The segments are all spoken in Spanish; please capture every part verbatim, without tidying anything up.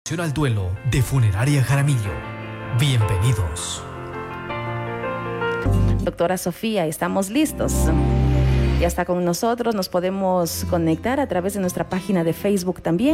Al duelo de Funeraria Jaramillo. Bienvenidos. Doctora Sofía, estamos listos. Ya está con nosotros, nos podemos conectar a través de nuestra página de Facebook también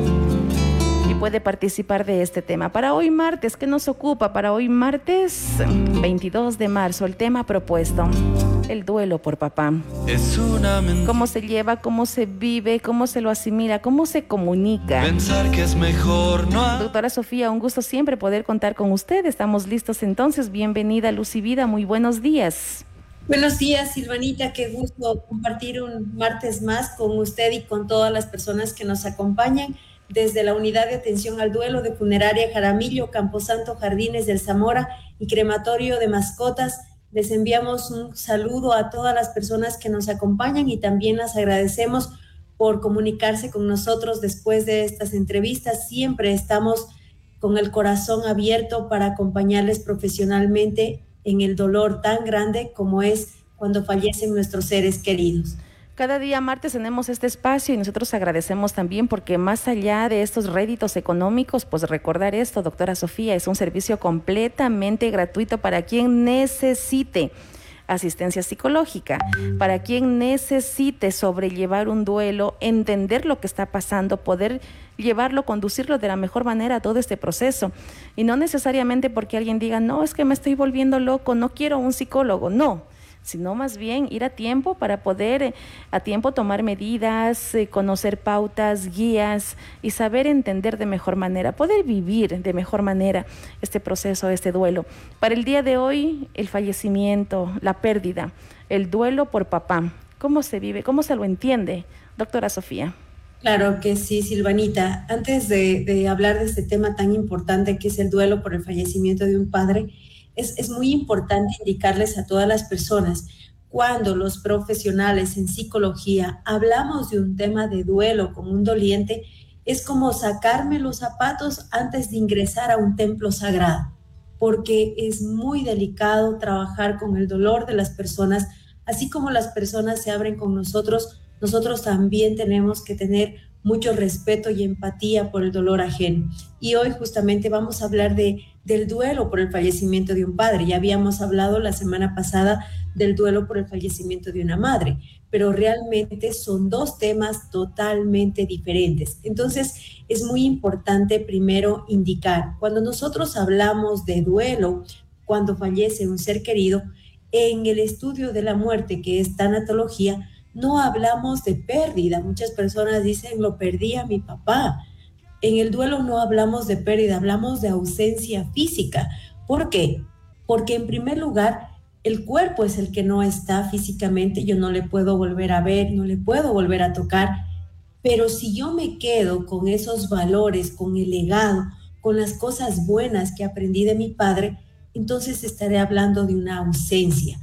y puede participar de este tema. Para hoy martes, ¿qué nos ocupa? Para hoy martes veintidós de marzo, el tema propuesto, el duelo por papá. Es una mentira. ¿Cómo se lleva? ¿Cómo se vive? ¿Cómo se lo asimila? ¿Cómo se comunica? Pensar que es mejor no. Doctora Sofía, un gusto siempre poder contar con usted. Estamos listos entonces. Bienvenida, Luz y Vida. Muy buenos días. Buenos días, Silvanita. Qué gusto compartir un martes más con usted y con todas las personas que nos acompañan desde la Unidad de Atención al Duelo de Funeraria Jaramillo, Camposanto, Jardines del Zamora y Crematorio de Mascotas. Les enviamos un saludo a todas las personas que nos acompañan y también las agradecemos por comunicarse con nosotros después de estas entrevistas. Siempre estamos con el corazón abierto para acompañarles profesionalmente en el dolor tan grande como es cuando fallecen nuestros seres queridos. Cada día martes tenemos este espacio y nosotros agradecemos también porque más allá de estos réditos económicos, pues recordar esto, doctora Sofía, es un servicio completamente gratuito para quien necesite asistencia psicológica, para quien necesite sobrellevar un duelo, entender lo que está pasando, poder llevarlo, conducirlo de la mejor manera a todo este proceso. Y no necesariamente porque alguien diga, no, es que me estoy volviendo loco, no quiero un psicólogo, no. Sino más bien ir a tiempo para poder eh, a tiempo tomar medidas, eh, conocer pautas, guías y saber entender de mejor manera, poder vivir de mejor manera este proceso, este duelo. Para el día de hoy, el fallecimiento, la pérdida, el duelo por papá, ¿cómo se vive? ¿Cómo se lo entiende, doctora Sofía? Claro que sí, Silvanita. Antes de, de hablar de este tema tan importante que es el duelo por el fallecimiento de un padre, Es, es muy importante indicarles a todas las personas, cuando los profesionales en psicología hablamos de un tema de duelo con un doliente, es como sacarme los zapatos antes de ingresar a un templo sagrado, porque es muy delicado trabajar con el dolor de las personas, así como las personas se abren con nosotros, nosotros también tenemos que tener mucho respeto y empatía por el dolor ajeno. Y hoy justamente vamos a hablar de, del duelo por el fallecimiento de un padre. Ya habíamos hablado la semana pasada del duelo por el fallecimiento de una madre, pero realmente son dos temas totalmente diferentes. Entonces, es muy importante primero indicar, cuando nosotros hablamos de duelo, cuando fallece un ser querido, en el estudio de la muerte, que es tanatología, no hablamos de pérdida. Muchas personas dicen, lo perdí a mi papá. En el duelo no hablamos de pérdida, hablamos de ausencia física. ¿Por qué? Porque en primer lugar, el cuerpo es el que no está físicamente, yo no le puedo volver a ver, no le puedo volver a tocar, pero si yo me quedo con esos valores, con el legado, con las cosas buenas que aprendí de mi padre, entonces estaré hablando de una ausencia.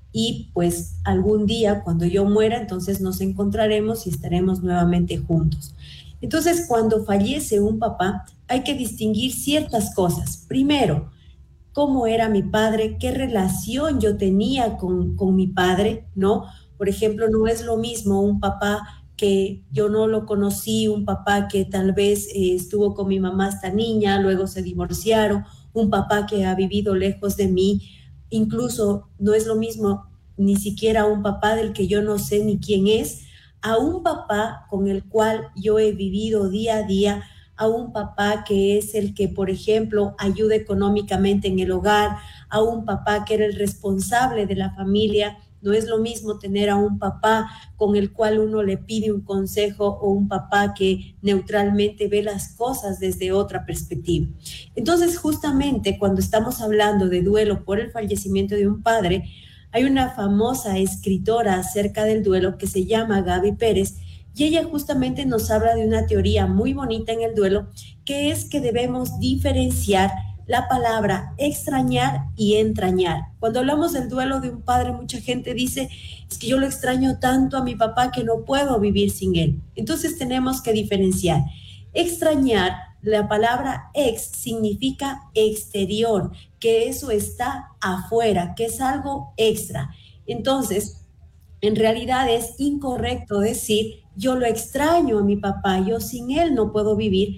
Y pues algún día cuando yo muera, entonces nos encontraremos y estaremos nuevamente juntos. Entonces, cuando fallece un papá, hay que distinguir ciertas cosas. Primero, cómo era mi padre, qué relación yo tenía con, con mi padre, ¿no? Por ejemplo, no es lo mismo un papá que yo no lo conocí, un papá que tal vez eh, estuvo con mi mamá hasta niña, luego se divorciaron, un papá que ha vivido lejos de mí. Incluso no es lo mismo ni siquiera un papá del que yo no sé ni quién es, a un papá con el cual yo he vivido día a día, a un papá que es el que, por ejemplo, ayuda económicamente en el hogar, a un papá que era el responsable de la familia. No es lo mismo tener a un papá con el cual uno le pide un consejo o un papá que neutralmente ve las cosas desde otra perspectiva. Entonces, justamente cuando estamos hablando de duelo por el fallecimiento de un padre, hay una famosa escritora acerca del duelo que se llama Gaby Pérez, y ella justamente nos habla de una teoría muy bonita en el duelo, que es que debemos diferenciar la palabra extrañar y entrañar. Cuando hablamos del duelo de un padre, mucha gente dice, es que yo lo extraño tanto a mi papá que no puedo vivir sin él. Entonces tenemos que diferenciar. Extrañar, la palabra ex significa exterior, que eso está afuera, que es algo extra. Entonces, en realidad es incorrecto decir, yo lo extraño a mi papá, yo sin él no puedo vivir,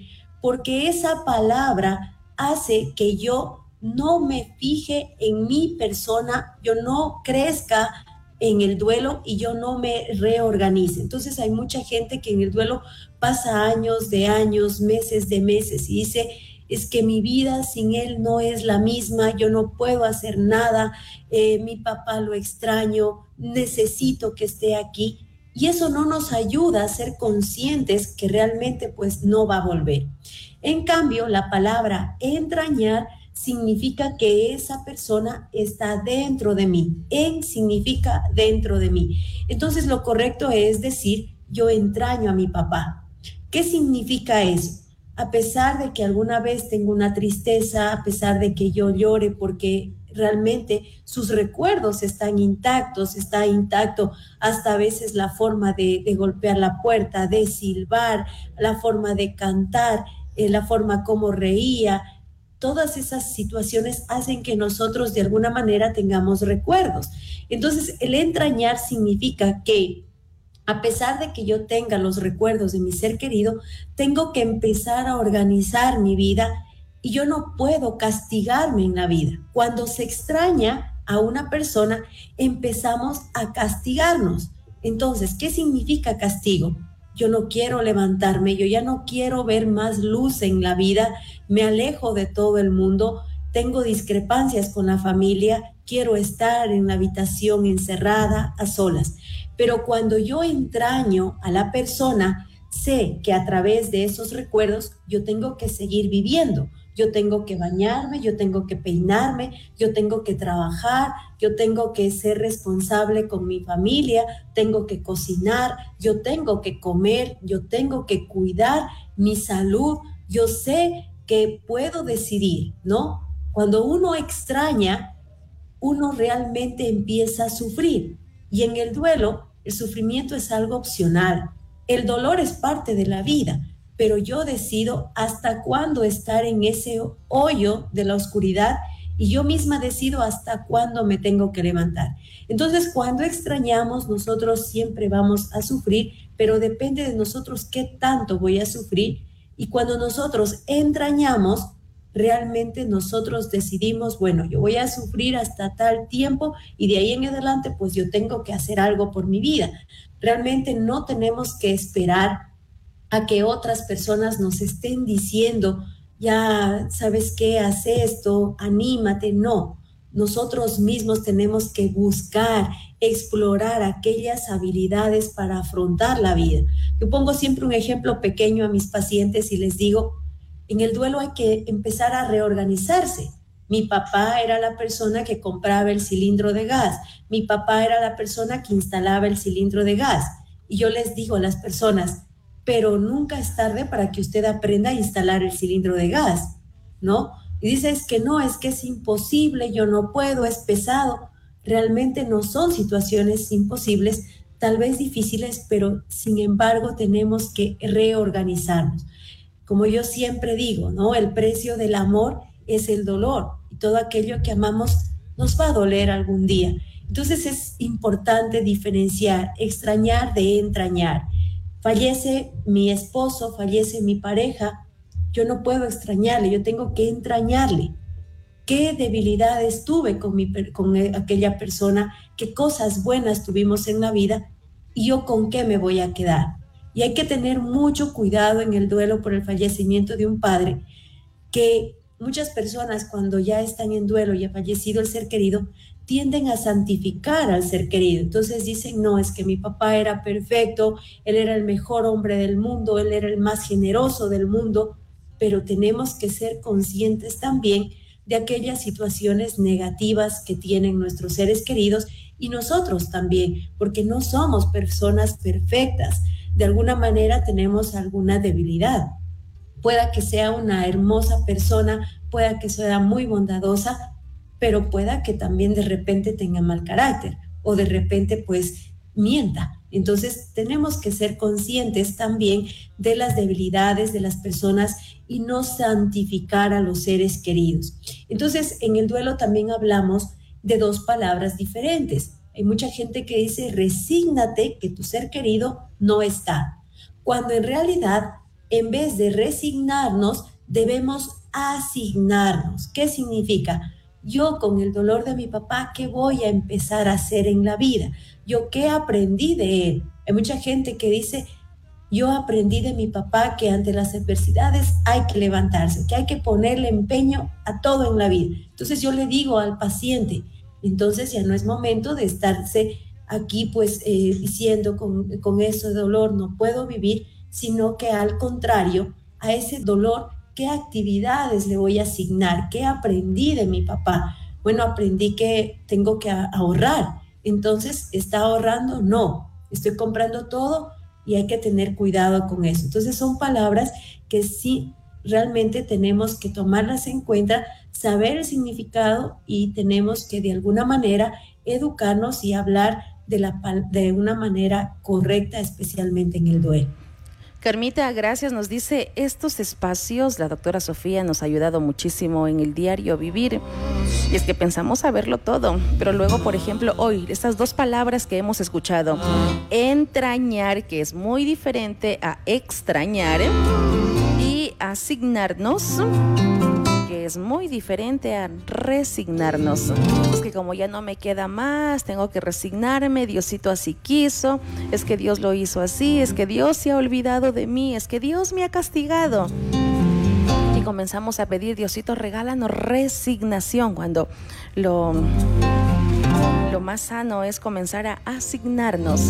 porque esa palabra hace que yo no me fije en mi persona, yo no crezca en el duelo y yo no me reorganice. Entonces hay mucha gente que en el duelo pasa años de años, meses de meses y dice, es que mi vida sin él no es la misma, yo no puedo hacer nada, eh, mi papá lo extraño, necesito que esté aquí. Y eso no nos ayuda a ser conscientes que realmente pues no va a volver. En cambio, la palabra entrañar significa que esa persona está dentro de mí. En significa dentro de mí. Entonces lo correcto es decir, yo entraño a mi papá. ¿Qué significa eso? A pesar de que alguna vez tengo una tristeza, a pesar de que yo llore porque realmente sus recuerdos están intactos, está intacto hasta a veces la forma de, de golpear la puerta, de silbar, la forma de cantar, eh, la forma como reía. Todas esas situaciones hacen que nosotros de alguna manera tengamos recuerdos. Entonces, el entrañar significa que a pesar de que yo tenga los recuerdos de mi ser querido, tengo que empezar a organizar mi vida y yo no puedo castigarme en la vida. Cuando se extraña a una persona, empezamos a castigarnos. Entonces, ¿qué significa castigo? Yo no quiero levantarme, yo ya no quiero ver más luz en la vida, me alejo de todo el mundo, tengo discrepancias con la familia, quiero estar en la habitación encerrada, a solas. Pero cuando yo entraño a la persona, sé que a través de esos recuerdos yo tengo que seguir viviendo. Yo tengo que bañarme, yo tengo que peinarme, yo tengo que trabajar, yo tengo que ser responsable con mi familia, tengo que cocinar, yo tengo que comer, yo tengo que cuidar mi salud. Yo sé que puedo decidir, ¿no? Cuando uno extraña, uno realmente empieza a sufrir. Y en el duelo, el sufrimiento es algo opcional. El dolor es parte de la vida, pero yo decido hasta cuándo estar en ese hoyo de la oscuridad y yo misma decido hasta cuándo me tengo que levantar. Entonces, cuando extrañamos, nosotros siempre vamos a sufrir, pero depende de nosotros qué tanto voy a sufrir. Y cuando nosotros entrañamos, realmente nosotros decidimos, bueno, yo voy a sufrir hasta tal tiempo y de ahí en adelante pues yo tengo que hacer algo por mi vida. Realmente no tenemos que esperar a que otras personas nos estén diciendo, ya sabes qué, haz esto, anímate. No, nosotros mismos tenemos que buscar, explorar aquellas habilidades para afrontar la vida. Yo pongo siempre un ejemplo pequeño a mis pacientes y les digo, en el duelo hay que empezar a reorganizarse. Mi papá era la persona que compraba el cilindro de gas. Mi papá era la persona que instalaba el cilindro de gas. Y yo les digo a las personas, pero nunca es tarde para que usted aprenda a instalar el cilindro de gas, ¿no? Y dices que no, es que es imposible, yo no puedo, es pesado. Realmente no son situaciones imposibles, tal vez difíciles, pero sin embargo tenemos que reorganizarnos. Como yo siempre digo, ¿no? El precio del amor es el dolor y todo aquello que amamos nos va a doler algún día. Entonces es importante diferenciar, extrañar de entrañar. Fallece mi esposo, fallece mi pareja, yo no puedo extrañarle, yo tengo que entrañarle. ¿Qué debilidades tuve con, mi, con aquella persona? ¿Qué cosas buenas tuvimos en la vida? ¿Y yo con qué me voy a quedar? Y hay que tener mucho cuidado en el duelo por el fallecimiento de un padre, que muchas personas cuando ya están en duelo y ha fallecido el ser querido, tienden a santificar al ser querido. Entonces dicen, no, es que mi papá era perfecto, él era el mejor hombre del mundo, él era el más generoso del mundo, pero tenemos que ser conscientes también de aquellas situaciones negativas que tienen nuestros seres queridos y nosotros también, porque no somos personas perfectas. De alguna manera tenemos alguna debilidad. Pueda que sea una hermosa persona, pueda que sea muy bondadosa, pero pueda que también de repente tenga mal carácter o de repente pues mienta. Entonces tenemos que ser conscientes también de las debilidades de las personas y no santificar a los seres queridos. Entonces en el duelo también hablamos de dos palabras diferentes. Hay mucha gente que dice, resígnate que tu ser querido no está, cuando en realidad en vez de resignarnos, debemos asignarnos. ¿Qué significa? Yo con el dolor de mi papá, ¿qué voy a empezar a hacer en la vida? ¿Yo qué aprendí de él? Hay mucha gente que dice, yo aprendí de mi papá que ante las adversidades hay que levantarse, que hay que ponerle empeño a todo en la vida. Entonces yo le digo al paciente, entonces ya no es momento de estarse aquí pues eh, diciendo con, con ese dolor no puedo vivir, sino que al contrario, a ese dolor, ¿qué actividades le voy a asignar? ¿Qué aprendí de mi papá? Bueno, aprendí que tengo que ahorrar. Entonces, ¿está ahorrando? No. Estoy comprando todo y hay que tener cuidado con eso. Entonces, son palabras que sí realmente tenemos que tomarlas en cuenta, saber el significado y tenemos que de alguna manera educarnos y hablar de, la, de una manera correcta, especialmente en el duelo. Carmita, gracias. Nos dice, estos espacios, la doctora Sofía nos ha ayudado muchísimo en el diario vivir. Y es que pensamos saberlo todo, pero luego, por ejemplo, hoy, estas dos palabras que hemos escuchado, entrañar, que es muy diferente a extrañar, y asignarnos, que es muy diferente a resignarnos. Es que como ya no me queda más, tengo que resignarme, Diosito así quiso, es que Dios lo hizo así, es que Dios se ha olvidado de mí, es que Dios me ha castigado. Y comenzamos a pedir, Diosito, regálanos resignación, cuando lo, lo más sano es comenzar a asignarnos.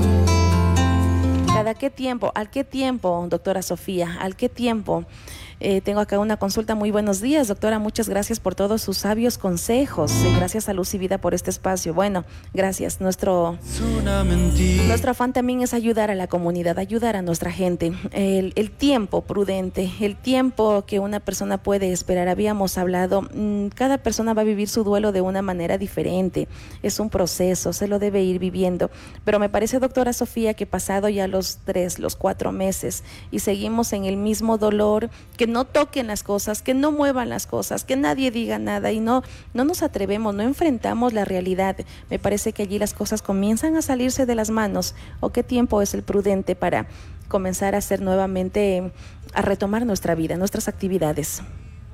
¿Cada qué tiempo? ¿Al qué tiempo, doctora Sofía? ¿Al qué tiempo? Eh, tengo acá una consulta. Muy buenos días, doctora. Muchas gracias por todos sus sabios consejos. Y gracias a Luz y Vida por este espacio. Bueno, gracias. Nuestro, nuestro afán también es ayudar a la comunidad, ayudar a nuestra gente. El, el tiempo prudente, el tiempo que una persona puede esperar. Habíamos hablado, mmm, cada persona va a vivir su duelo de una manera diferente. Es un proceso, se lo debe ir viviendo. Pero me parece, doctora Sofía, que pasado ya los tres, los cuatro meses y seguimos en el mismo dolor, que no toquen las cosas, que no muevan las cosas, que nadie diga nada y no, no nos atrevemos, no enfrentamos la realidad. Me parece que allí las cosas comienzan a salirse de las manos. ¿O qué tiempo es el prudente para comenzar a hacer nuevamente, a retomar nuestra vida, nuestras actividades?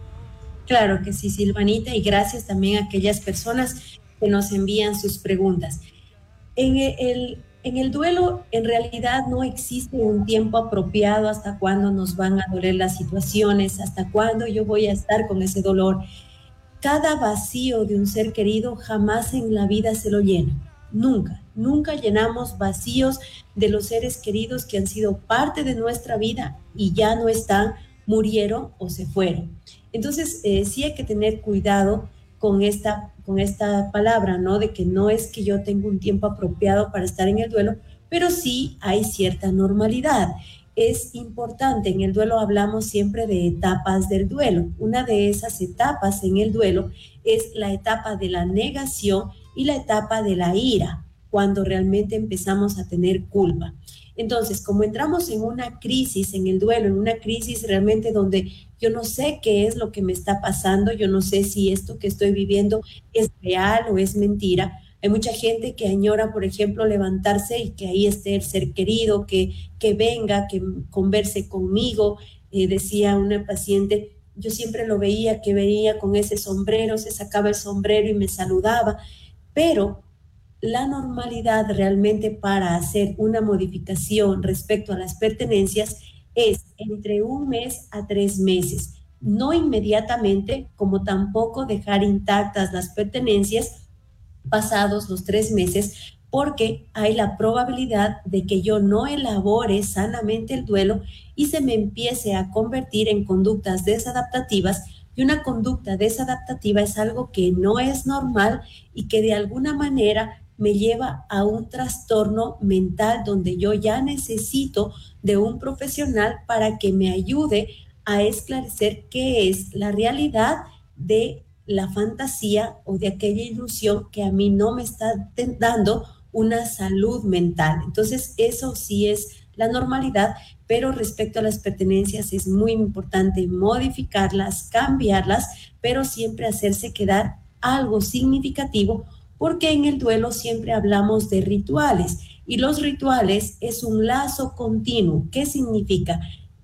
Claro que sí, Silvanita, y gracias también a aquellas personas que nos envían sus preguntas. En el En el duelo, en realidad no existe un tiempo apropiado hasta cuándo nos van a doler las situaciones, hasta cuándo yo voy a estar con ese dolor. Cada vacío de un ser querido jamás en la vida se lo llena. Nunca, nunca llenamos vacíos de los seres queridos que han sido parte de nuestra vida y ya no están, murieron o se fueron. Entonces, eh, sí hay que tener cuidado con esta, con esta palabra, ¿no? De que no es que yo tenga un tiempo apropiado para estar en el duelo, pero sí hay cierta normalidad. Es importante, en el duelo hablamos siempre de etapas del duelo. Una de esas etapas en el duelo es la etapa de la negación y la etapa de la ira, cuando realmente empezamos a tener culpa. Entonces, como entramos en una crisis, en el duelo, en una crisis realmente donde yo no sé qué es lo que me está pasando, yo no sé si esto que estoy viviendo es real o es mentira. Hay mucha gente que añora, por ejemplo, levantarse y que ahí esté el ser querido, que, que venga, que converse conmigo. Eh, decía una paciente, yo siempre lo veía que venía con ese sombrero, se sacaba el sombrero y me saludaba, pero la normalidad realmente para hacer una modificación respecto a las pertenencias es entre un mes a tres meses. No inmediatamente, como tampoco dejar intactas las pertenencias pasados los tres meses, porque hay la probabilidad de que yo no elabore sanamente el duelo y se me empiece a convertir en conductas desadaptativas. Y una conducta desadaptativa es algo que no es normal y que de alguna manera me lleva a un trastorno mental donde yo ya necesito de un profesional para que me ayude a esclarecer qué es la realidad de la fantasía o de aquella ilusión que a mí no me está dando una salud mental. Entonces, eso sí es la normalidad, pero respecto a las pertenencias es muy importante modificarlas, cambiarlas, pero siempre hacerse quedar algo significativo, porque en el duelo siempre hablamos de rituales y los rituales es un lazo continuo. ¿Qué significa?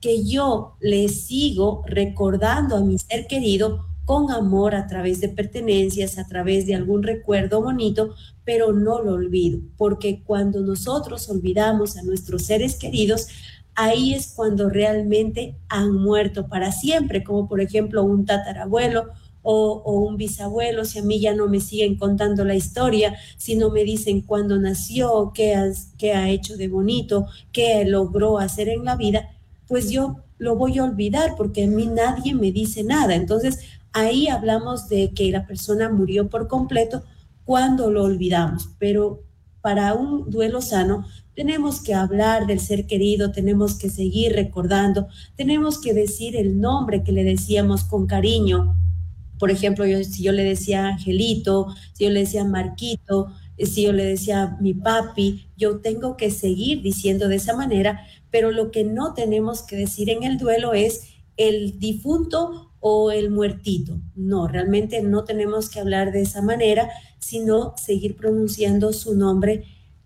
que yo le sigo recordando a mi ser querido con amor a través de pertenencias, a través de algún recuerdo bonito, pero no lo olvido, porque cuando nosotros olvidamos a nuestros seres queridos, ahí es cuando realmente han muerto para siempre, como por ejemplo un tatarabuelo o, o un bisabuelo. Si a mí ya no me siguen contando la historia, si no me dicen cuándo nació, qué, has, qué ha hecho de bonito, qué logró hacer en la vida, pues yo lo voy a olvidar porque a mí nadie me dice nada. Entonces, ahí hablamos de que la persona murió por completo cuando lo olvidamos, pero para un duelo sano tenemos que hablar del ser querido, tenemos que seguir recordando, tenemos que decir el nombre que le decíamos con cariño. Por ejemplo, yo, si yo le decía Angelito, si yo le decía Marquito, si yo le decía mi papi, yo tengo que seguir diciendo de esa manera, pero lo que no tenemos que decir en el duelo es el difunto o el muertito. No, realmente no tenemos que hablar de esa manera, sino seguir pronunciando su nombre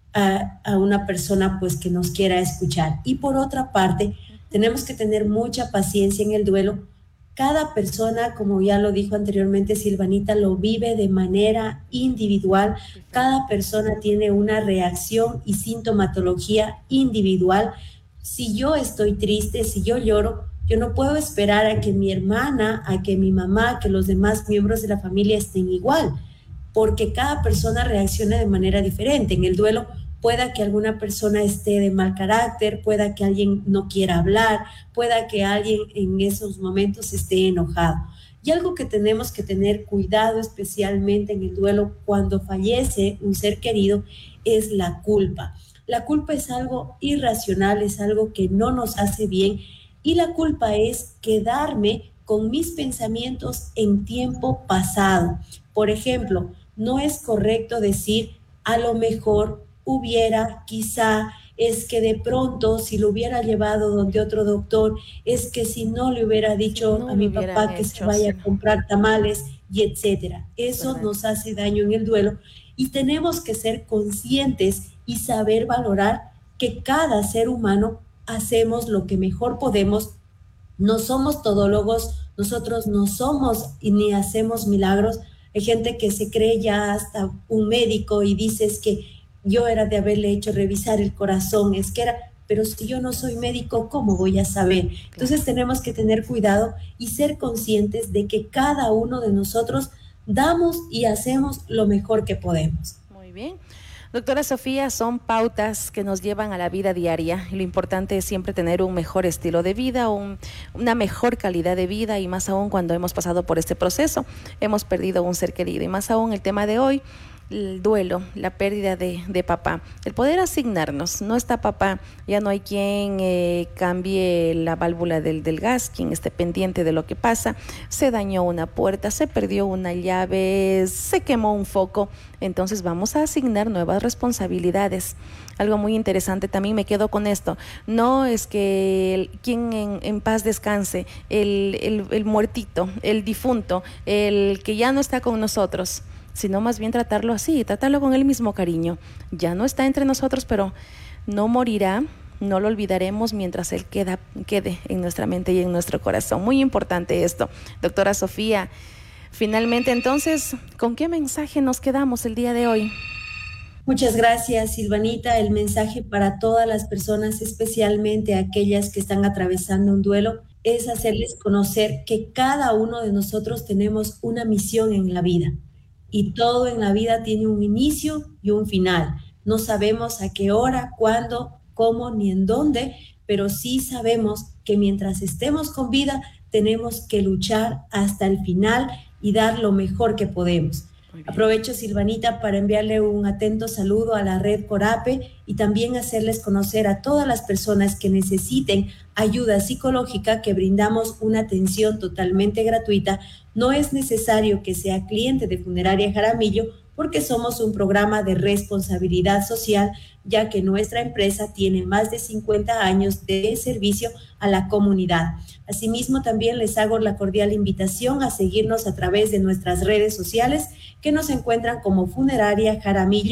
a, a una persona pues que nos quiera escuchar. Y por otra parte, tenemos que tener mucha paciencia en el duelo. Cada persona, como ya lo dijo anteriormente Silvanita, lo vive de manera individual. Cada persona tiene una reacción y sintomatología individual. Si yo estoy triste, si yo lloro, yo no puedo esperar a que mi hermana, a que mi mamá, que los demás miembros de la familia estén igual, porque cada persona reacciona de manera diferente. En el duelo pueda que alguna persona esté de mal carácter, pueda que alguien no quiera hablar, pueda que alguien en esos momentos esté enojado. Y algo que tenemos que tener cuidado especialmente en el duelo cuando fallece un ser querido es la culpa. La culpa es algo irracional, es algo que no nos hace bien, y la culpa es quedarme con mis pensamientos en tiempo pasado. Por ejemplo, no es correcto decir a lo mejor, hubiera, quizá, es que de pronto si lo hubiera llevado donde otro doctor, es que si no le hubiera dicho no a mi papá que hecho, se vaya sí. a comprar tamales y etcétera. Eso Correcto. nos hace daño en el duelo y tenemos que ser conscientes y saber valorar que cada ser humano hacemos lo que mejor podemos. No somos todólogos, nosotros no somos y ni hacemos milagros. Hay gente que se cree ya hasta un médico y dices que yo era de haberle hecho revisar el corazón, es que era, pero si yo no soy médico, ¿cómo voy a saber? Entonces tenemos que tener cuidado y ser conscientes de que cada uno de nosotros damos y hacemos lo mejor que podemos. Muy bien. Doctora Sofía, son pautas que nos llevan a la vida diaria. Lo importante es siempre tener un mejor estilo de vida, un, una mejor calidad de vida, y más aún cuando hemos pasado por este proceso, hemos perdido un ser querido, y más aún el tema de hoy, el duelo, la pérdida de, de papá, el poder asignarnos. No está papá, ya no hay quien eh, cambie la válvula del, del gas, quien esté pendiente de lo que pasa, se dañó una puerta, se perdió una llave, se quemó un foco. Entonces vamos a asignar nuevas responsabilidades. Algo muy interesante, también me quedo con esto, no es que el, quien en, en paz descanse, el, el, el muertito, el difunto, el que ya no está con nosotros, sino más bien tratarlo así, tratarlo con el mismo cariño. Ya no está entre nosotros, pero no morirá, no lo olvidaremos mientras él queda, quede en nuestra mente y en nuestro corazón. Muy importante esto. Doctora Sofía, finalmente entonces, ¿con qué mensaje nos quedamos el día de hoy? Muchas gracias, Silvanita. El mensaje para todas las personas, especialmente aquellas que están atravesando un duelo, es hacerles conocer que cada uno de nosotros tenemos una misión en la vida. Y todo en la vida tiene un inicio y un final. No sabemos a qué hora, cuándo, cómo, ni en dónde, pero sí sabemos que mientras estemos con vida, tenemos que luchar hasta el final y dar lo mejor que podemos. Aprovecho, Silvanita, para enviarle un atento saludo a la red Corape y también hacerles conocer a todas las personas que necesiten ayuda psicológica, que brindamos una atención totalmente gratuita. No es necesario que sea cliente de Funeraria Jaramillo, porque somos un programa de responsabilidad social, ya que nuestra empresa tiene más de cincuenta años de servicio a la comunidad. Asimismo, también les hago la cordial invitación a seguirnos a través de nuestras redes sociales, que nos encuentran como Funeraria Jaramillo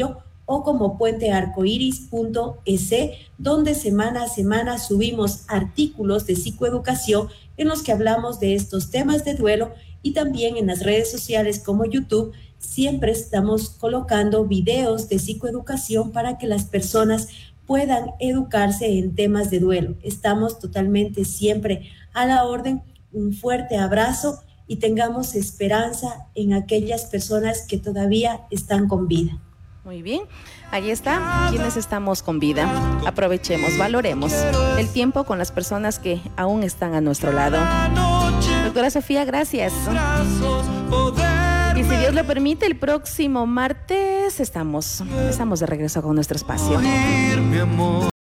o como puente arcoiris punto es, donde semana a semana subimos artículos de psicoeducación en los que hablamos de estos temas de duelo, y también en las redes sociales como YouTube siempre estamos colocando videos de psicoeducación para que las personas puedan educarse en temas de duelo. Estamos totalmente siempre a la orden. Un fuerte abrazo y tengamos esperanza en aquellas personas que todavía están con vida. Muy bien, ahí está, quienes estamos con vida. Aprovechemos, valoremos el tiempo con las personas que aún están a nuestro lado. Doctora Sofía, gracias. Y si Dios lo permite, el próximo martes estamos, estamos de regreso con nuestro espacio.